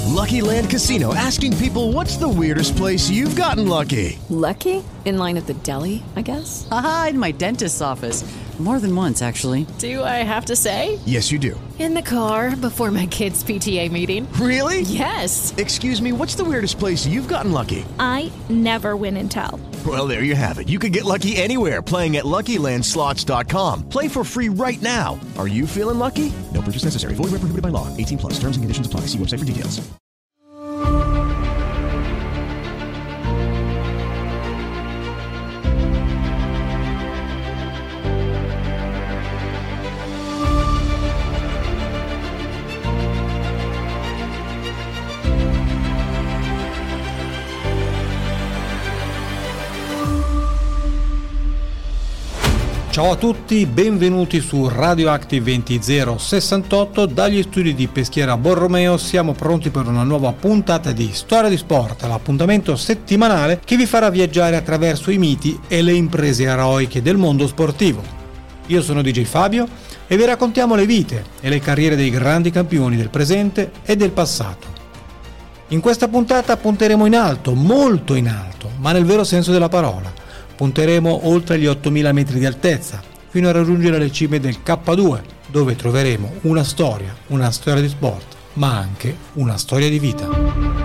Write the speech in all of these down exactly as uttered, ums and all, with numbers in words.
Lucky Land Casino, asking people, what's the weirdest place you've gotten lucky? Lucky? In line at the deli, I guess? Aha, in my dentist's office. More than once, actually. Do I have to say? Yes, you do. In the car before my kids' P T A meeting. Really? Yes. Excuse me, what's the weirdest place you've gotten lucky? I never win and tell. Well, there you have it. You can get lucky anywhere, playing at Lucky Land Slots dot com. Play for free right now. Are you feeling lucky? No purchase necessary. Void where prohibited by law. eighteen plus. Terms and conditions apply. See website for details. Ciao a tutti, benvenuti su Radioactive venti zero sessantotto. Dagli studi di Peschiera Borromeo siamo pronti per una nuova puntata di Storia di Sport, l'appuntamento settimanale che vi farà viaggiare attraverso i miti e le imprese eroiche del mondo sportivo. Io sono D J Fabio e vi raccontiamo le vite e le carriere dei grandi campioni del presente e del passato. In questa puntata punteremo in alto, molto in alto, ma nel vero senso della parola. Punteremo oltre gli ottomila metri di altezza, fino a raggiungere le cime del K due, dove troveremo una storia, una storia di sport, ma anche una storia di vita.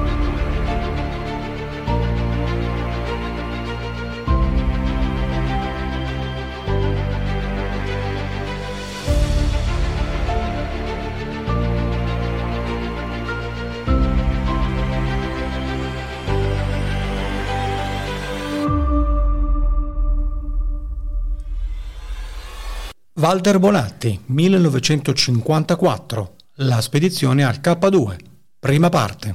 Walter Bonatti, millenovecentocinquantaquattro, la spedizione al K due, prima parte.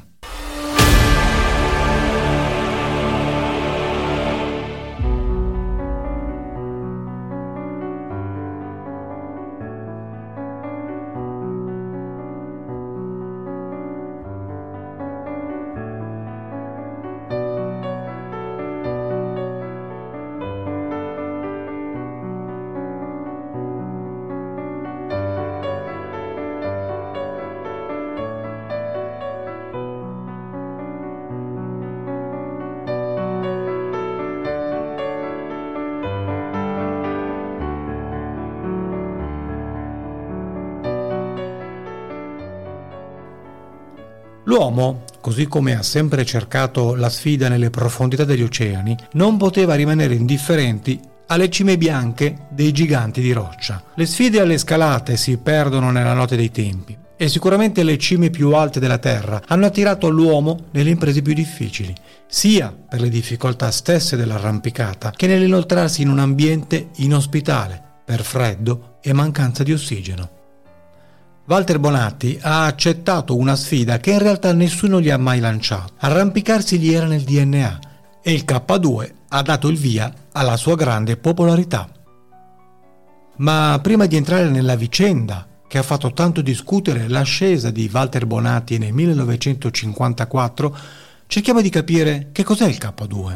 L'uomo, così come ha sempre cercato la sfida nelle profondità degli oceani, non poteva rimanere indifferenti alle cime bianche dei giganti di roccia. Le sfide alle scalate si perdono nella notte dei tempi e sicuramente le cime più alte della Terra hanno attirato l'uomo nelle imprese più difficili, sia per le difficoltà stesse dell'arrampicata che nell'inoltrarsi in un ambiente inospitale per freddo e mancanza di ossigeno. Walter Bonatti ha accettato una sfida che in realtà nessuno gli ha mai lanciato. Arrampicarsi gli era nel D N A e il K due ha dato il via alla sua grande popolarità. Ma prima di entrare nella vicenda che ha fatto tanto discutere l'ascesa di Walter Bonatti nel millenovecentocinquantaquattro, cerchiamo di capire che cos'è il K due.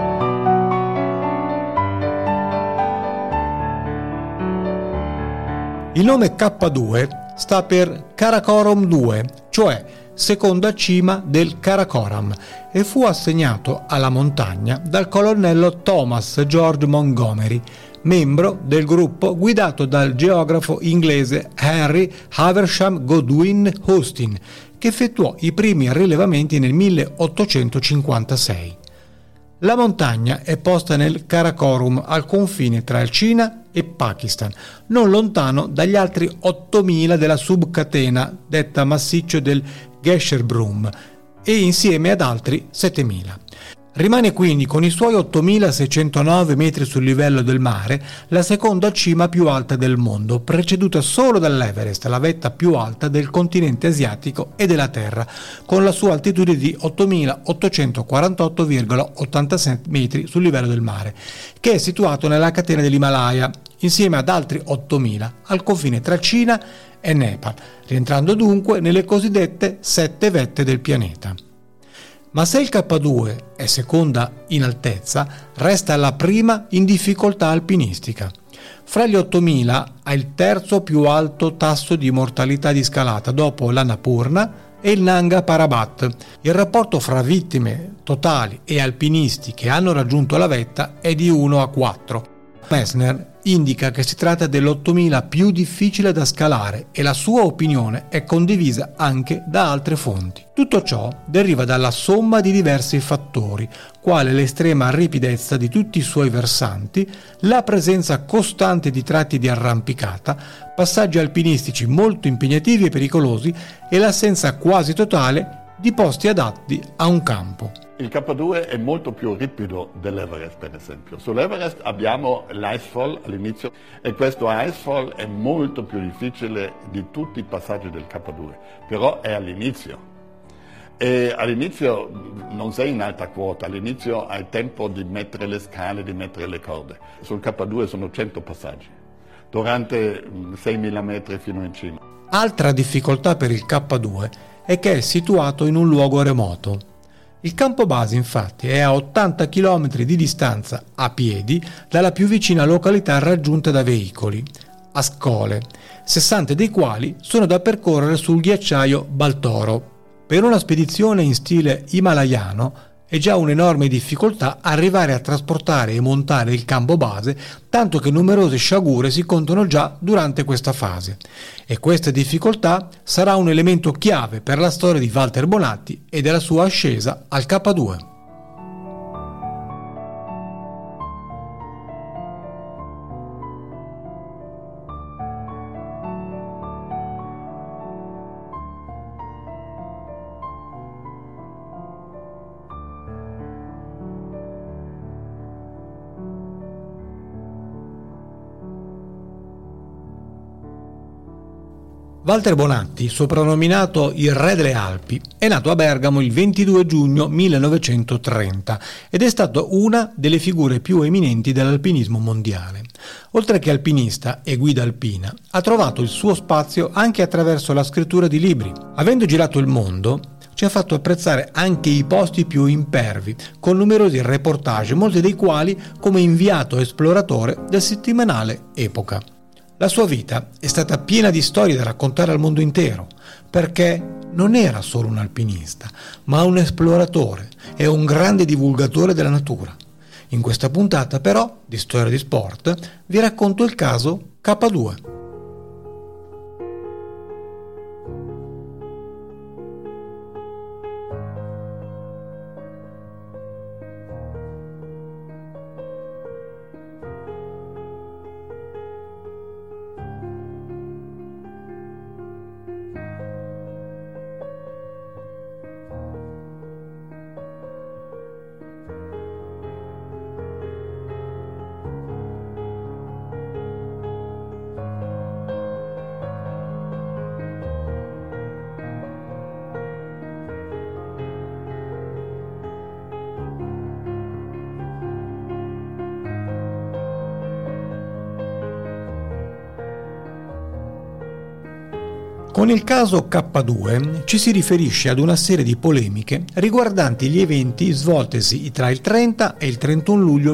Il nome K due sta per Karakoram due, cioè seconda cima del Karakoram, e fu assegnato alla montagna dal colonnello Thomas George Montgomery, membro del gruppo guidato dal geografo inglese Henry Haversham Godwin Austin, che effettuò i primi rilevamenti nel milleottocentocinquantasei. La montagna è posta nel Karakorum, al confine tra il Cina e Pakistan, non lontano dagli altri ottomila della subcatena detta massiccio del Gesherbrum e insieme ad altri settemila. Rimane quindi con i suoi ottomilaseicentonove metri sul livello del mare la seconda cima più alta del mondo, preceduta solo dall'Everest, la vetta più alta del continente asiatico e della Terra, con la sua altitudine di ottomilaottocentoquarantotto virgola ottantasette metri sul livello del mare, che è situato nella catena dell'Himalaya, insieme ad altri ottomila al confine tra Cina e Nepal, rientrando dunque nelle cosiddette sette vette del pianeta. Ma se il K due è seconda in altezza, resta la prima in difficoltà alpinistica. Fra gli ottomila ha il terzo più alto tasso di mortalità di scalata dopo l'Annapurna, e il Nanga Parbat. Il rapporto fra vittime totali e alpinisti che hanno raggiunto la vetta è di uno a quattro. Messner indica che si tratta dell'ottomila più difficile da scalare e la sua opinione è condivisa anche da altre fonti. Tutto ciò deriva dalla somma di diversi fattori, quale l'estrema ripidezza di tutti i suoi versanti, la presenza costante di tratti di arrampicata, passaggi alpinistici molto impegnativi e pericolosi e l'assenza quasi totale di posti adatti a un campo. Il K due è molto più ripido dell'Everest, per esempio. Sull'Everest abbiamo l'icefall all'inizio e questo icefall è molto più difficile di tutti i passaggi del K due, però è all'inizio. E all'inizio non sei in alta quota, all'inizio hai tempo di mettere le scale, di mettere le corde. Sul K due sono cento passaggi, durante seimila metri fino in cima. Altra difficoltà per il K due è che è situato in un luogo remoto. Il campo base infatti è a ottanta chilometri di distanza a piedi dalla più vicina località raggiunta da veicoli, Ascole, sessanta dei quali sono da percorrere sul ghiacciaio Baltoro. Per una spedizione in stile himalayano è già un'enorme difficoltà arrivare a trasportare e montare il campo base, tanto che numerose sciagure si contano già durante questa fase. E questa difficoltà sarà un elemento chiave per la storia di Walter Bonatti e della sua ascesa al K due. Walter Bonatti, soprannominato il Re delle Alpi, è nato a Bergamo il ventidue giugno millenovecentotrenta ed è stato una delle figure più eminenti dell'alpinismo mondiale. Oltre che alpinista e guida alpina, ha trovato il suo spazio anche attraverso la scrittura di libri. Avendo girato il mondo, ci ha fatto apprezzare anche i posti più impervi, con numerosi reportage, molti dei quali come inviato esploratore del settimanale Epoca. La sua vita è stata piena di storie da raccontare al mondo intero, perché non era solo un alpinista, ma un esploratore e un grande divulgatore della natura. In questa puntata, però, di Storia di Sport, vi racconto il caso K due. Con il caso K due ci si riferisce ad una serie di polemiche riguardanti gli eventi svoltesi tra il trenta e il trentuno luglio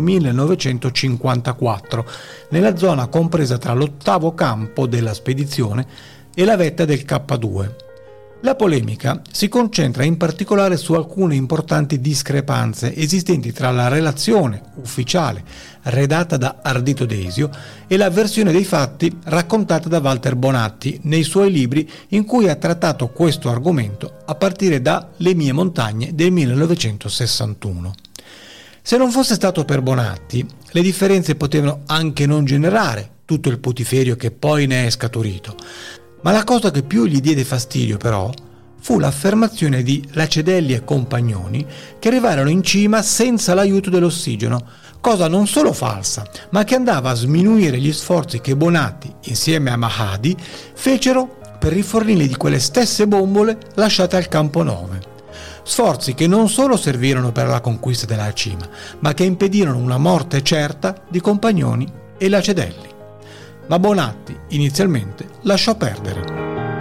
millenovecentocinquantaquattro, nella zona compresa tra l'ottavo campo della spedizione e la vetta del K due. La polemica si concentra in particolare su alcune importanti discrepanze esistenti tra la relazione ufficiale redatta da Ardito Desio e la versione dei fatti raccontata da Walter Bonatti nei suoi libri in cui ha trattato questo argomento a partire da Le mie montagne del millenovecentosessantuno. Se non fosse stato per Bonatti, le differenze potevano anche non generare tutto il putiferio che poi ne è scaturito. Ma la cosa che più gli diede fastidio, però, fu l'affermazione di Lacedelli e compagnoni che arrivarono in cima senza l'aiuto dell'ossigeno, cosa non solo falsa, ma che andava a sminuire gli sforzi che Bonatti, insieme a Mahadi, fecero per rifornirli di quelle stesse bombole lasciate al campo nove. Sforzi che non solo servirono per la conquista della cima, ma che impedirono una morte certa di compagnoni e Lacedelli. Ma Bonatti inizialmente lasciò perdere.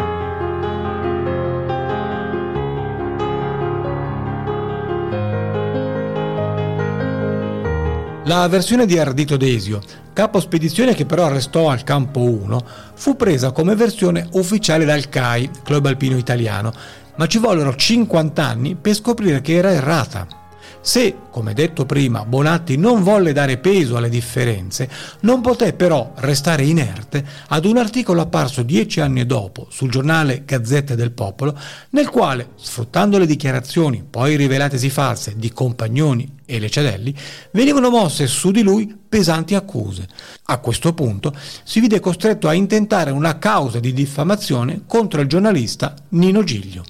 La versione di Ardito Desio, capo spedizione che però restò al campo uno, fu presa come versione ufficiale dal C A I, Club Alpino Italiano, ma ci vollero cinquanta anni per scoprire che era errata. Se, come detto prima, Bonatti non volle dare peso alle differenze, non poté però restare inerte ad un articolo apparso dieci anni dopo sul giornale Gazzetta del Popolo, nel quale, sfruttando le dichiarazioni poi rivelatesi false di Compagnoni e Laciadelli, venivano mosse su di lui pesanti accuse. A questo punto si vide costretto a intentare una causa di diffamazione contro il giornalista Nino Giglio.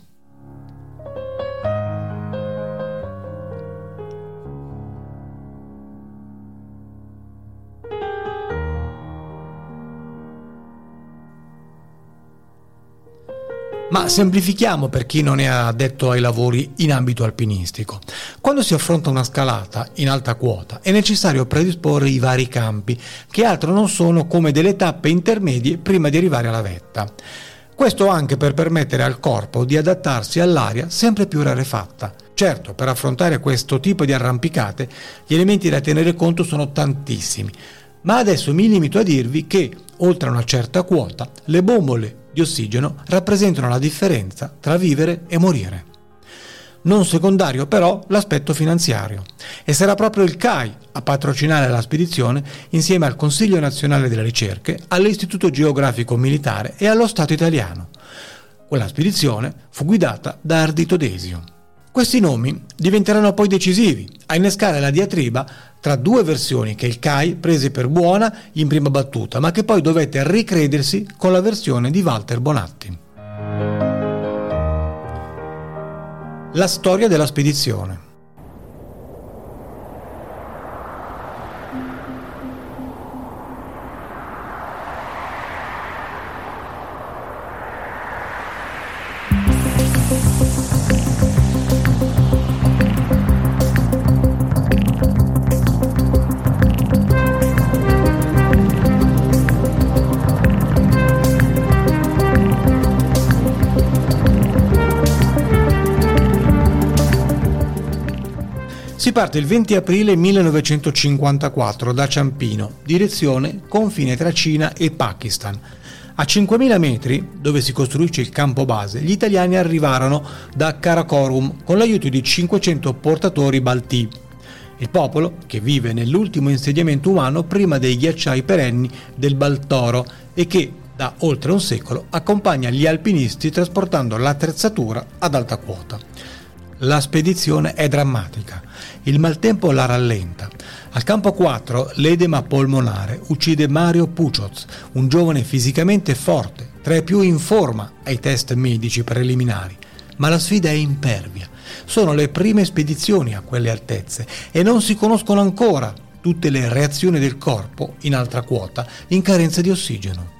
Ma semplifichiamo per chi non è addetto ai lavori in ambito alpinistico. Quando si affronta una scalata in alta quota è necessario predisporre i vari campi, che altro non sono come delle tappe intermedie prima di arrivare alla vetta. Questo anche per permettere al corpo di adattarsi all'aria sempre più rarefatta. Certo, per affrontare questo tipo di arrampicate gli elementi da tenere conto sono tantissimi, ma adesso mi limito a dirvi che, oltre a una certa quota, le bombole di ossigeno rappresentano la differenza tra vivere e morire. Non secondario però l'aspetto finanziario, e sarà proprio il C A I a patrocinare la spedizione insieme al Consiglio Nazionale delle Ricerche, all'Istituto Geografico Militare e allo Stato italiano. Quella spedizione fu guidata da Ardito Desio. Questi nomi diventeranno poi decisivi a innescare la diatriba tra due versioni che il C A I prese per buona in prima battuta, ma che poi dovette ricredersi con la versione di Walter Bonatti. La storia della spedizione. Si parte il venti aprile millenovecentocinquantaquattro da Ciampino, direzione confine tra Cina e Pakistan. A cinquemila metri, dove si costruisce il campo base, gli italiani arrivarono da Karakorum con l'aiuto di cinquecento portatori Baltì, il popolo che vive nell'ultimo insediamento umano prima dei ghiacciai perenni del Baltoro e che da oltre un secolo accompagna gli alpinisti trasportando l'attrezzatura ad alta quota. La spedizione è drammatica. Il maltempo la rallenta. Al campo quattro l'edema polmonare uccide Mario Pucioz, un giovane fisicamente forte, tra i più in forma ai test medici preliminari. Ma la sfida è impervia. Sono le prime spedizioni a quelle altezze e non si conoscono ancora tutte le reazioni del corpo in alta quota in carenza di ossigeno.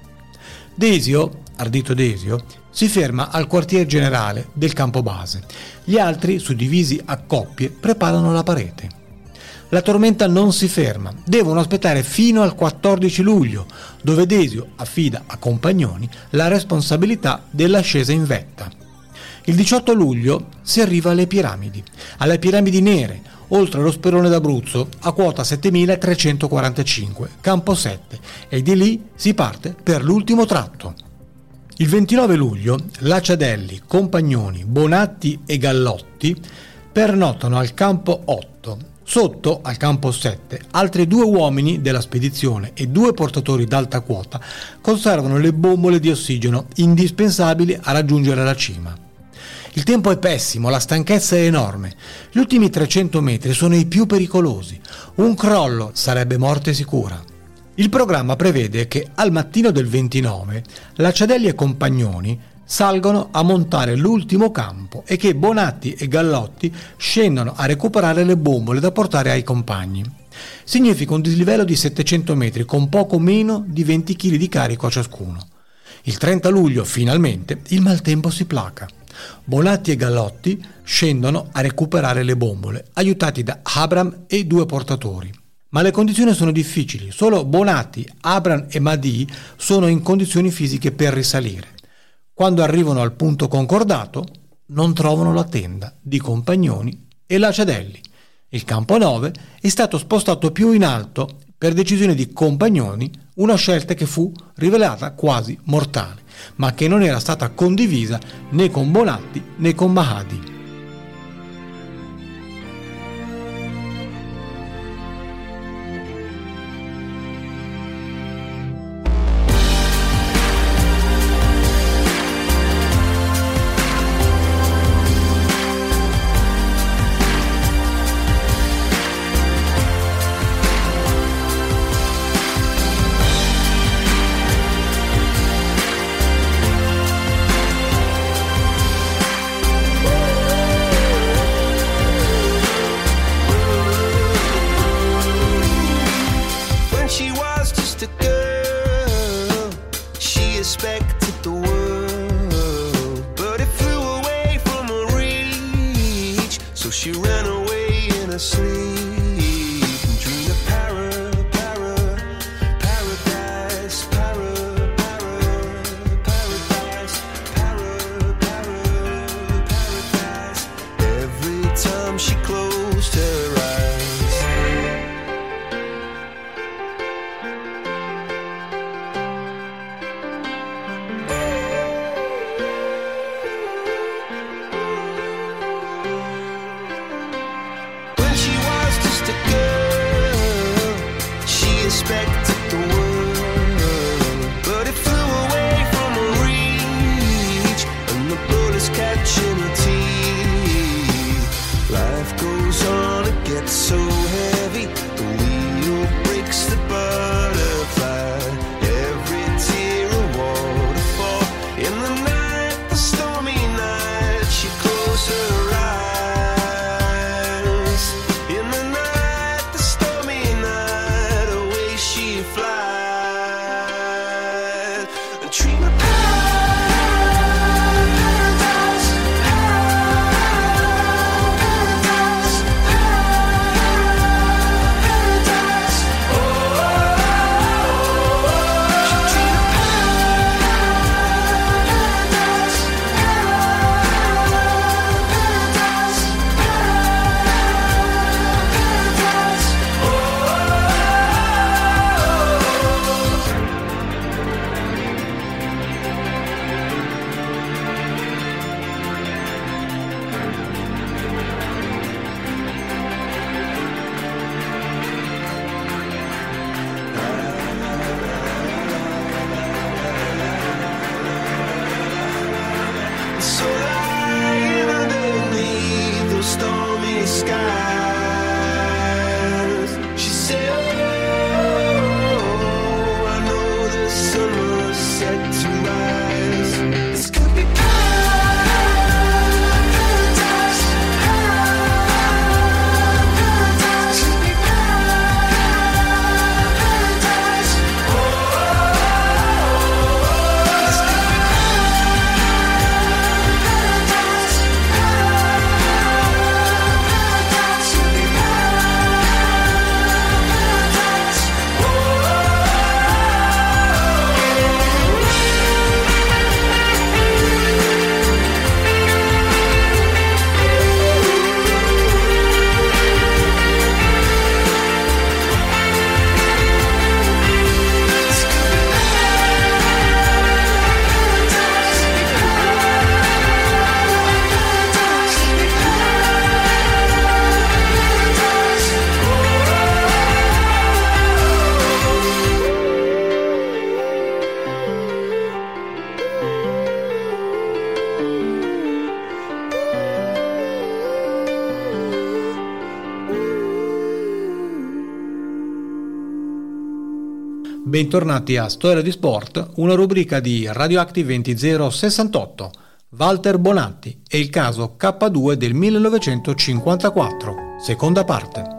Desio, Ardito Desio, si ferma al quartier generale del campo base. Gli altri, suddivisi a coppie, preparano la parete. La tormenta non si ferma, devono aspettare fino al quattordici luglio, dove Desio affida a Compagnoni la responsabilità dell'ascesa in vetta. Il diciotto luglio si arriva alle piramidi, alle piramidi nere, oltre lo Sperone d'Abruzzo, a quota settemilatrecentoquarantacinque, campo sette, e di lì si parte per l'ultimo tratto. Il ventinove luglio Laciadelli, Compagnoni, Bonatti e Gallotti pernottano al campo otto. Sotto, al campo sette, altri due uomini della spedizione e due portatori d'alta quota conservano le bombole di ossigeno indispensabili a raggiungere la cima. Il tempo è pessimo, la stanchezza è enorme. Gli ultimi trecento metri sono i più pericolosi. Un crollo sarebbe morte sicura. Il programma prevede che al mattino del ventinove Laciadelli e Compagnoni salgono a montare l'ultimo campo e che Bonatti e Gallotti scendono a recuperare le bombole da portare ai compagni. Significa un dislivello di settecento metri con poco meno di venti chili di carico a ciascuno. Il trenta luglio, finalmente, il maltempo si placa. Bonatti e Gallotti scendono a recuperare le bombole, aiutati da Abram e due portatori. Ma le condizioni sono difficili, solo Bonatti, Abram e Madì sono in condizioni fisiche per risalire. Quando arrivano al punto concordato, non trovano la tenda di Compagnoni e Laciadelli. Il campo nove è stato spostato più in alto per decisione di Compagnoni, una scelta che fu rivelata quasi mortale. ma che non era stata condivisa né con Bonatti né con Mahadi. Bentornati a Storia di Sport, una rubrica di Radioactive venti zero sessantotto. Walter Bonatti e il caso K due del millenovecentocinquantaquattro, seconda parte.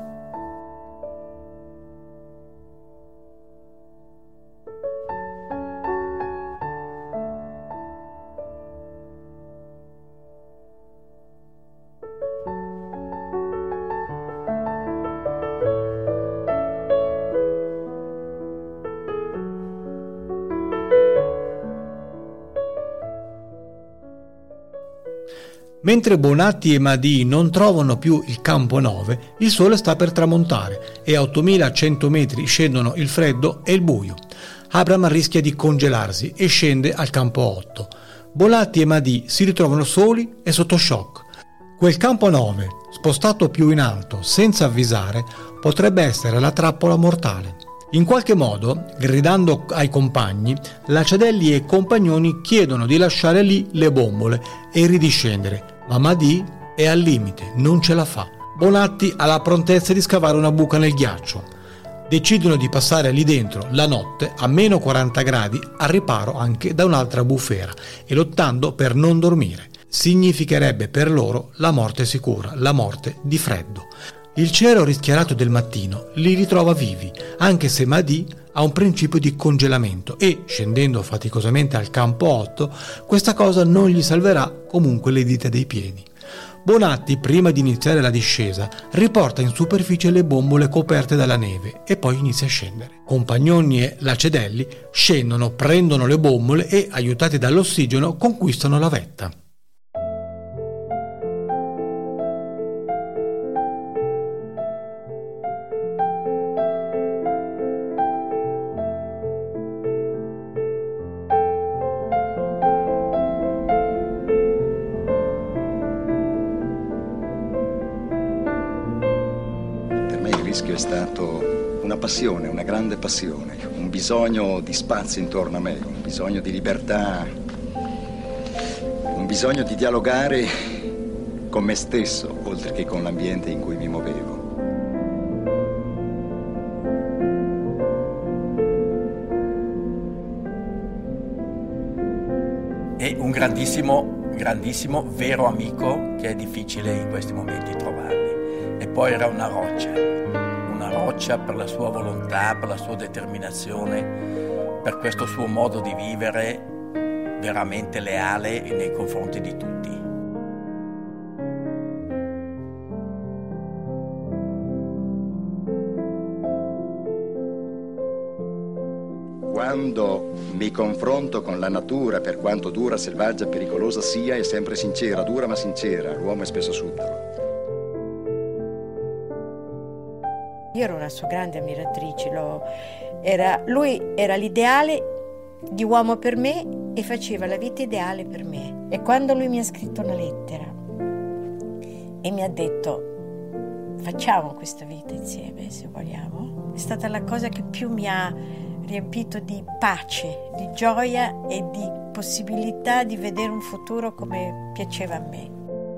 Mentre Bonatti e Mahdi non trovano più il campo nove, il sole sta per tramontare e a ottomilacento metri scendono il freddo e il buio. Abram rischia di congelarsi e scende al campo otto. Bonatti e Madì si ritrovano soli e sotto shock. Quel campo nove, spostato più in alto senza avvisare, potrebbe essere la trappola mortale. In qualche modo, gridando ai compagni, Lacedelli e compagnoni chiedono di lasciare lì le bombole e ridiscendere, ma Madì è al limite, non ce la fa. Bonatti ha la prontezza di scavare una buca nel ghiaccio. Decidono di passare lì dentro la notte a meno quaranta gradi, al riparo anche da un'altra bufera, e lottando per non dormire. Significherebbe per loro la morte sicura, la morte di freddo. Il cielo rischiarato del mattino li ritrova vivi, anche se Madì ha un principio di congelamento e, scendendo faticosamente al campo otto, questa cosa non gli salverà comunque le dita dei piedi. Bonatti, prima di iniziare la discesa, riporta in superficie le bombole coperte dalla neve e poi inizia a scendere. Compagnoni e Lacedelli scendono, prendono le bombole e, aiutati dall'ossigeno, conquistano la vetta. Il rischio è stato una passione, una grande passione, un bisogno di spazio intorno a me, un bisogno di libertà, un bisogno di dialogare con me stesso, oltre che con l'ambiente in cui mi muovevo. È un grandissimo, grandissimo, vero amico che è difficile in questi momenti trovarli. E poi era una roccia, una roccia per la sua volontà, per la sua determinazione, per questo suo modo di vivere veramente leale nei confronti di tutti. Quando mi confronto con la natura, per quanto dura, selvaggia, pericolosa sia, è sempre sincera, dura ma sincera, l'uomo è spesso subdolo. Io ero una sua grande ammiratrice, lo, era, lui era l'ideale di uomo per me e faceva la vita ideale per me. E quando lui mi ha scritto una lettera e mi ha detto facciamo questa vita insieme se vogliamo, è stata la cosa che più mi ha riempito di pace, di gioia e di possibilità di vedere un futuro come piaceva a me.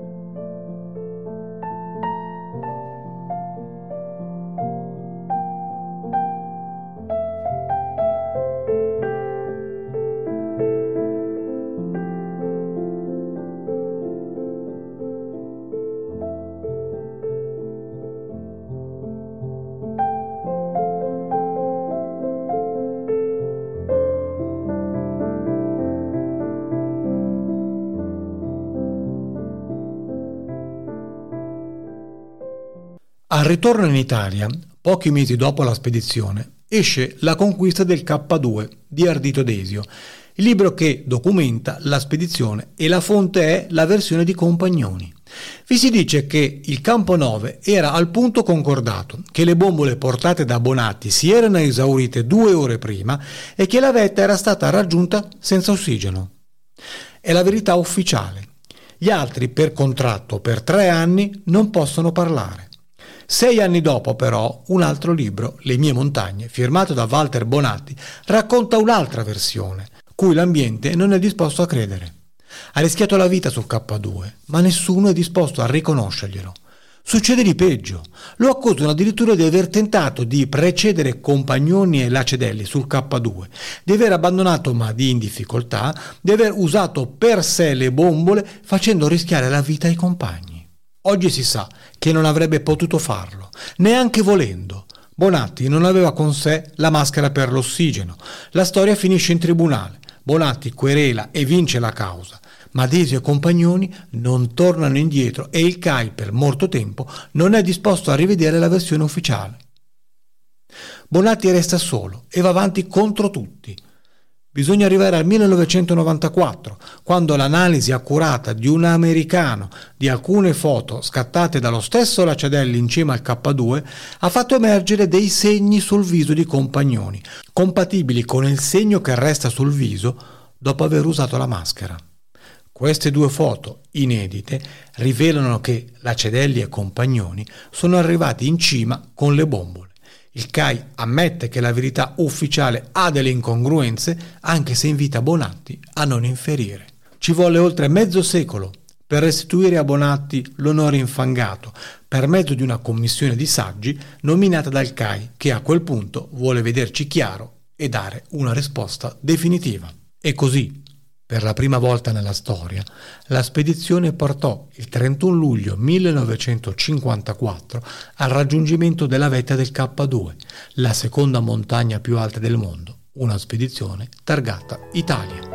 Al ritorno in Italia, pochi mesi dopo la spedizione, esce La conquista del K due di Ardito Desio, il libro che documenta la spedizione, e la fonte è la versione di Compagnoni. Vi si dice che il campo nove era al punto concordato, che le bombole portate da Bonatti si erano esaurite due ore prima e che la vetta era stata raggiunta senza ossigeno. È la verità ufficiale. Gli altri, per contratto per tre anni, non possono parlare. Sei anni dopo, però, un altro libro, Le mie montagne, firmato da Walter Bonatti, racconta un'altra versione, cui l'ambiente non è disposto a credere. Ha rischiato la vita sul K due, ma nessuno è disposto a riconoscerglielo. Succede di peggio. Lo accusano addirittura di aver tentato di precedere Compagnoni e Lacedelli sul K due, di aver abbandonato Madì in difficoltà, di aver usato per sé le bombole, facendo rischiare la vita ai compagni. Oggi si sa che non avrebbe potuto farlo, neanche volendo. Bonatti non aveva con sé la maschera per l'ossigeno. La storia finisce in tribunale. Bonatti querela e vince la causa. Ma Desio e Compagnoni non tornano indietro e il C A I per molto tempo non è disposto a rivedere la versione ufficiale. Bonatti resta solo e va avanti contro tutti. Bisogna arrivare al millenovecentonovantaquattro, quando l'analisi accurata di un americano di alcune foto scattate dallo stesso Lacedelli in cima al K due ha fatto emergere dei segni sul viso di Compagnoni, compatibili con il segno che resta sul viso dopo aver usato la maschera. Queste due foto, inedite, rivelano che Lacedelli e Compagnoni sono arrivati in cima con le bombole. Il C A I ammette che la verità ufficiale ha delle incongruenze, anche se invita Bonatti a non inferire. Ci volle oltre mezzo secolo per restituire a Bonatti l'onore infangato, per mezzo di una commissione di saggi nominata dal C A I, che a quel punto vuole vederci chiaro e dare una risposta definitiva. E così, per la prima volta nella storia, la spedizione portò il trentuno luglio millenovecentocinquantaquattro al raggiungimento della vetta del K due, la seconda montagna più alta del mondo, una spedizione targata Italia.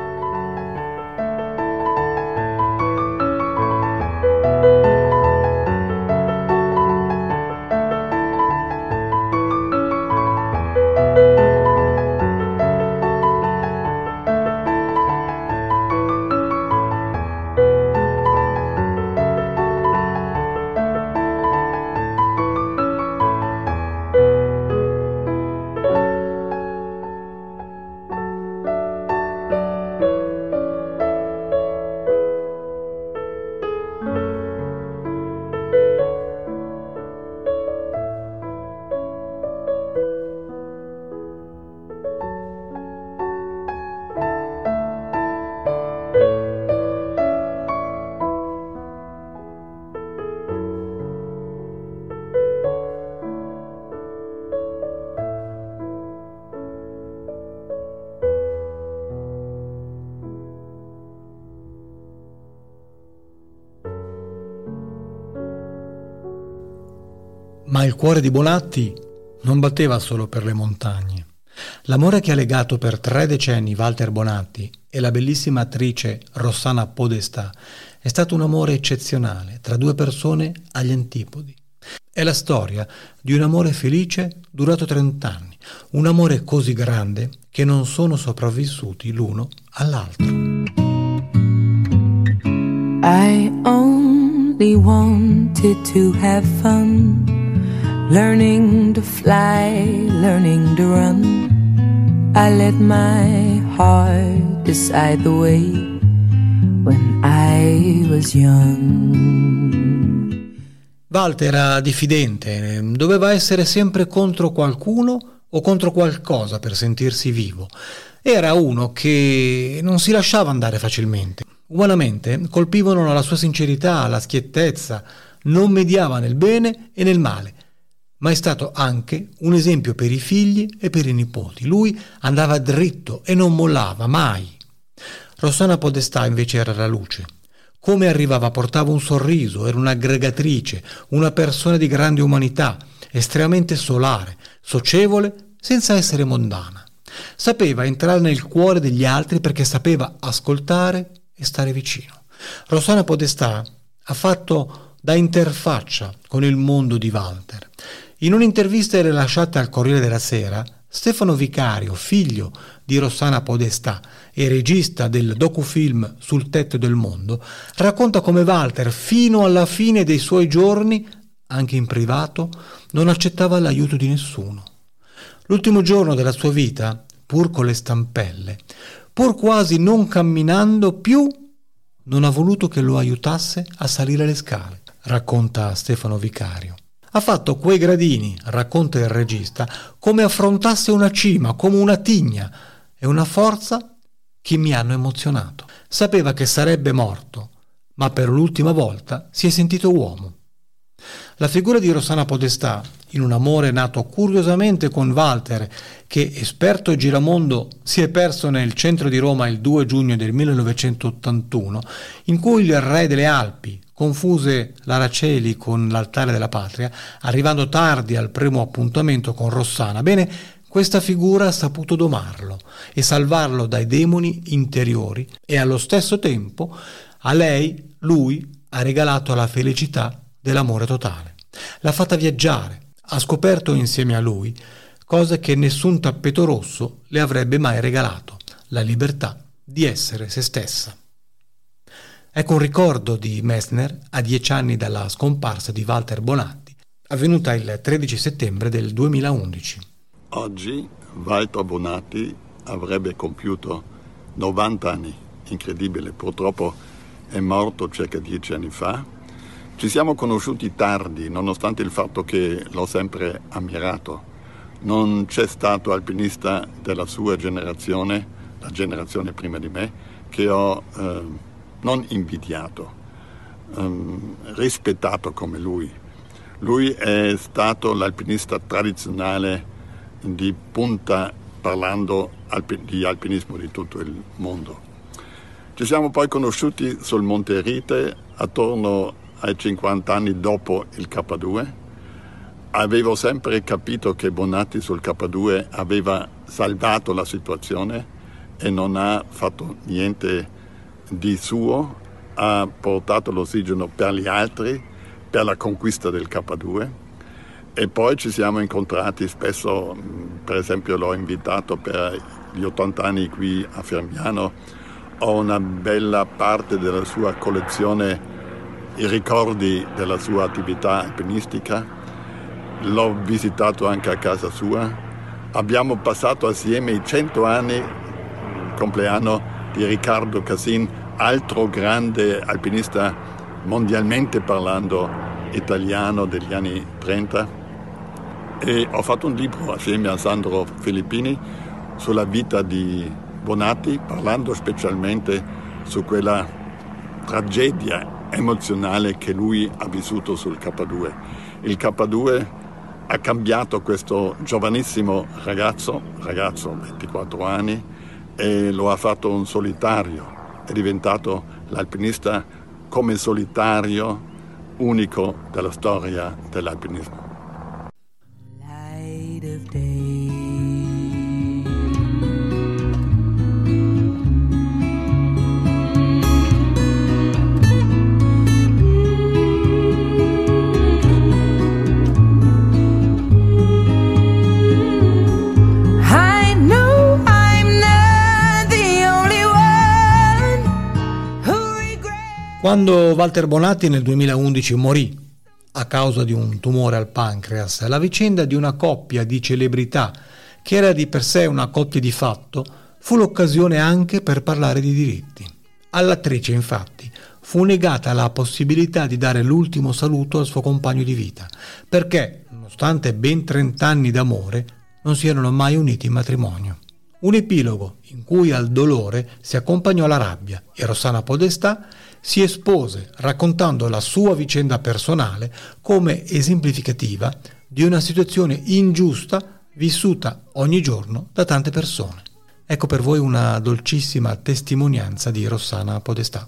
Ma il cuore di Bonatti non batteva solo per le montagne. L'amore che ha legato per tre decenni Walter Bonatti e la bellissima attrice Rossana Podestà è stato un amore eccezionale tra due persone agli antipodi. È la storia di un amore felice durato trent'anni, un amore così grande che non sono sopravvissuti l'uno all'altro. I only wanted to have fun, learning to fly, learning to run. I let my heart decide the way when I was young. Walter era diffidente, doveva essere sempre contro qualcuno o contro qualcosa per sentirsi vivo. Era uno che non si lasciava andare facilmente. Umanamente colpivano la sua sincerità, la schiettezza, non mediava nel bene e nel male. Ma è stato anche un esempio per i figli e per i nipoti. Lui andava dritto e non mollava mai. Rossana Podestà invece era la luce. Come arrivava portava un sorriso, era un'aggregatrice, una persona di grande umanità, estremamente solare, socievole, senza essere mondana. Sapeva entrare nel cuore degli altri perché sapeva ascoltare e stare vicino. Rossana Podestà ha fatto da interfaccia con il mondo di Walter. In un'intervista rilasciata al Corriere della Sera, Stefano Vicario, figlio di Rossana Podestà e regista del docufilm Sul tetto del mondo, racconta come Walter, fino alla fine dei suoi giorni, anche in privato, non accettava l'aiuto di nessuno. L'ultimo giorno della sua vita, pur con le stampelle, pur quasi non camminando più, non ha voluto che lo aiutasse a salire le scale, racconta Stefano Vicario. Ha fatto quei gradini, racconta il regista, come affrontasse una cima, come una tigna, e una forza che mi hanno emozionato. Sapeva che sarebbe morto, ma per l'ultima volta si è sentito uomo. La figura di Rossana Podestà, in un amore nato curiosamente con Walter, che esperto giramondo si è perso nel centro di Roma il due giugno del millenovecentottantuno, in cui il re delle Alpi confuse l'Araceli con l'altare della patria, arrivando tardi al primo appuntamento con Rossana. Bene, questa figura ha saputo domarlo e salvarlo dai demoni interiori e allo stesso tempo a lei, lui, ha regalato la felicità dell'amore totale. L'ha fatta viaggiare, ha scoperto insieme a lui cose che nessun tappeto rosso le avrebbe mai regalato. la libertà di essere se stessa. Ecco un ricordo di Messner a dieci anni dalla scomparsa di Walter Bonatti, avvenuta il tredici settembre del duemilaundici. Oggi Walter Bonatti avrebbe compiuto novanta anni, incredibile, purtroppo è morto circa dieci anni fa. Ci siamo conosciuti tardi, nonostante il fatto che l'ho sempre ammirato. Non c'è stato alpinista della sua generazione, la generazione prima di me, che ho eh, non invidiato, ehm, rispettato come lui. Lui è stato l'alpinista tradizionale di punta parlando alpi- di alpinismo di tutto il mondo. Ci siamo poi conosciuti sul Monte Rite attorno ai cinquanta anni dopo il K due. Avevo sempre capito che Bonatti sul K due aveva salvato la situazione e non ha fatto niente di suo, ha portato l'ossigeno per gli altri, per la conquista del K due e poi ci siamo incontrati spesso, per esempio l'ho invitato per gli ottanta anni qui a Firmiano, ho una bella parte della sua collezione, i ricordi della sua attività alpinistica. L'ho visitato anche a casa sua. Abbiamo passato assieme i cento anni, il compleanno di Riccardo Cassin, altro grande alpinista mondialmente parlando italiano degli anni trenta. E ho fatto un libro assieme a Sandro Filippini sulla vita di Bonatti, parlando specialmente su quella tragedia emozionale che lui ha vissuto sul K due. Il K due ha cambiato questo giovanissimo ragazzo, ragazzo ventiquattro anni, e lo ha fatto un solitario. È diventato l'alpinista come solitario unico della storia dell'alpinismo. Light of day. Quando Walter Bonatti nel duemilaundici morì a causa di un tumore al pancreas, la vicenda di una coppia di celebrità, che era di per sé una coppia di fatto, fu l'occasione anche per parlare di diritti. All'attrice, infatti, fu negata la possibilità di dare l'ultimo saluto al suo compagno di vita, perché, nonostante ben trent'anni d'amore, non si erano mai uniti in matrimonio. Un epilogo in cui al dolore si accompagnò la rabbia e Rossana Podestà si espose raccontando la sua vicenda personale come esemplificativa di una situazione ingiusta vissuta ogni giorno da tante persone. Ecco per voi una dolcissima testimonianza di Rossana Podestà.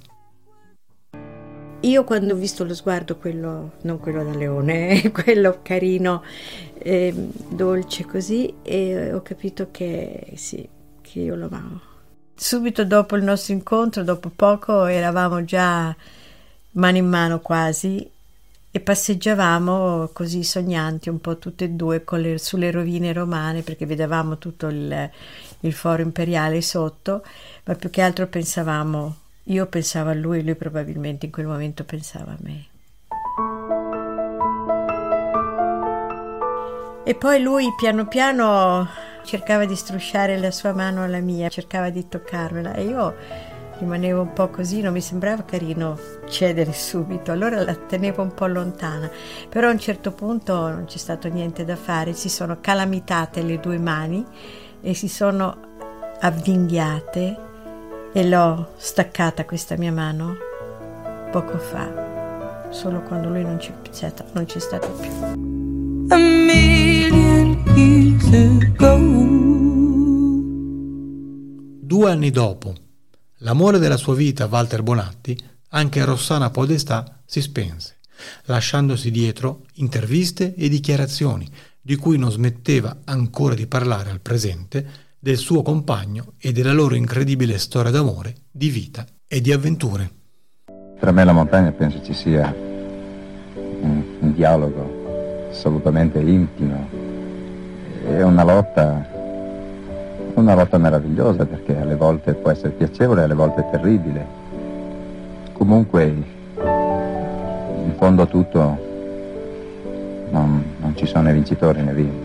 Io quando ho visto lo sguardo, quello non quello da leone, quello carino, eh, dolce così, e ho capito che sì, che io lo amavo. Subito dopo il nostro incontro, dopo poco, eravamo già mano in mano quasi e passeggiavamo così sognanti un po' tutte e due con le, sulle rovine romane, perché vedevamo tutto il, il foro imperiale sotto, ma più che altro pensavamo, io pensavo a lui, lui probabilmente in quel momento pensava a me. E poi lui piano piano cercava di strusciare la sua mano alla mia, cercava di toccarmela e io rimanevo un po' così, non mi sembrava carino cedere subito, allora la tenevo un po' lontana, però a un certo punto non c'è stato niente da fare, si sono calamitate le due mani e si sono avvinghiate e l'ho staccata questa mia mano poco fa, solo quando lui non c'è, non c'è stato più. A million years ago. Due anni dopo l'amore della sua vita, Walter Bonatti, anche Rossana Podestà si spense, lasciandosi dietro interviste e dichiarazioni di cui non smetteva ancora di parlare al presente del suo compagno e della loro incredibile storia d'amore, di vita e di avventure. Per me la montagna penso ci sia un, un dialogo assolutamente intimo, è una lotta una lotta meravigliosa, perché alle volte può essere piacevole, alle volte terribile. Comunque, in fondo a tutto, non, non ci sono né vincitori né vinti.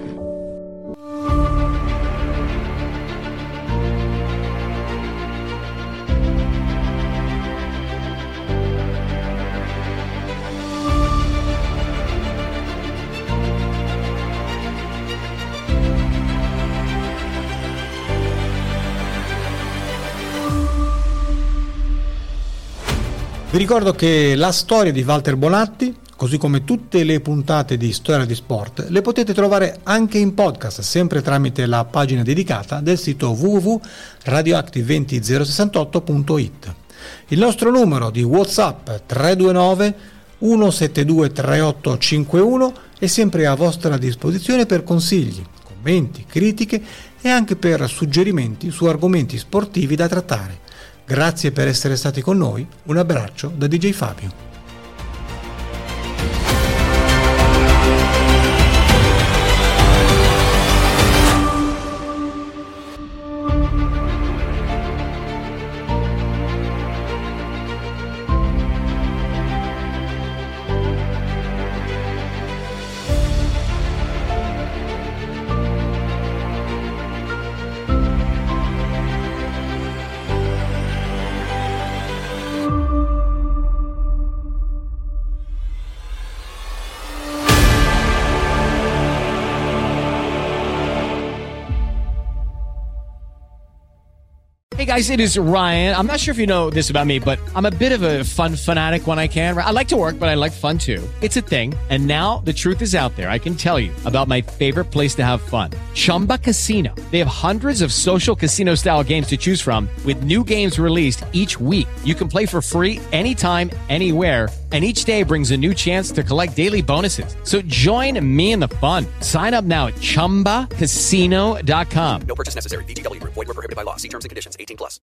Vi ricordo che la storia di Walter Bonatti, così come tutte le puntate di Storia di Sport, le potete trovare anche in podcast, sempre tramite la pagina dedicata del sito w w w punto radioactive venti zero sessantotto punto i t. Il nostro numero di WhatsApp tre due nove uno sette due tre otto cinque uno è sempre a vostra disposizione per consigli, commenti, critiche e anche per suggerimenti su argomenti sportivi da trattare. Grazie per essere stati con noi, un abbraccio da D J Fabio. Hey guys, it is Ryan. I'm not sure if you know this about me, but I'm a bit of a fun fanatic when I can. I like to work, but I like fun too. It's a thing. And now the truth is out there. I can tell you about my favorite place to have fun. Chumba Casino. They have hundreds of social casino style games to choose from with new games released each week. You can play for free anytime, anywhere. And each day brings a new chance to collect daily bonuses. So join me in the fun. Sign up now at chumba casino dot com. No purchase necessary. V G W Group. Void where prohibited by law. See terms and conditions. eighteen plus.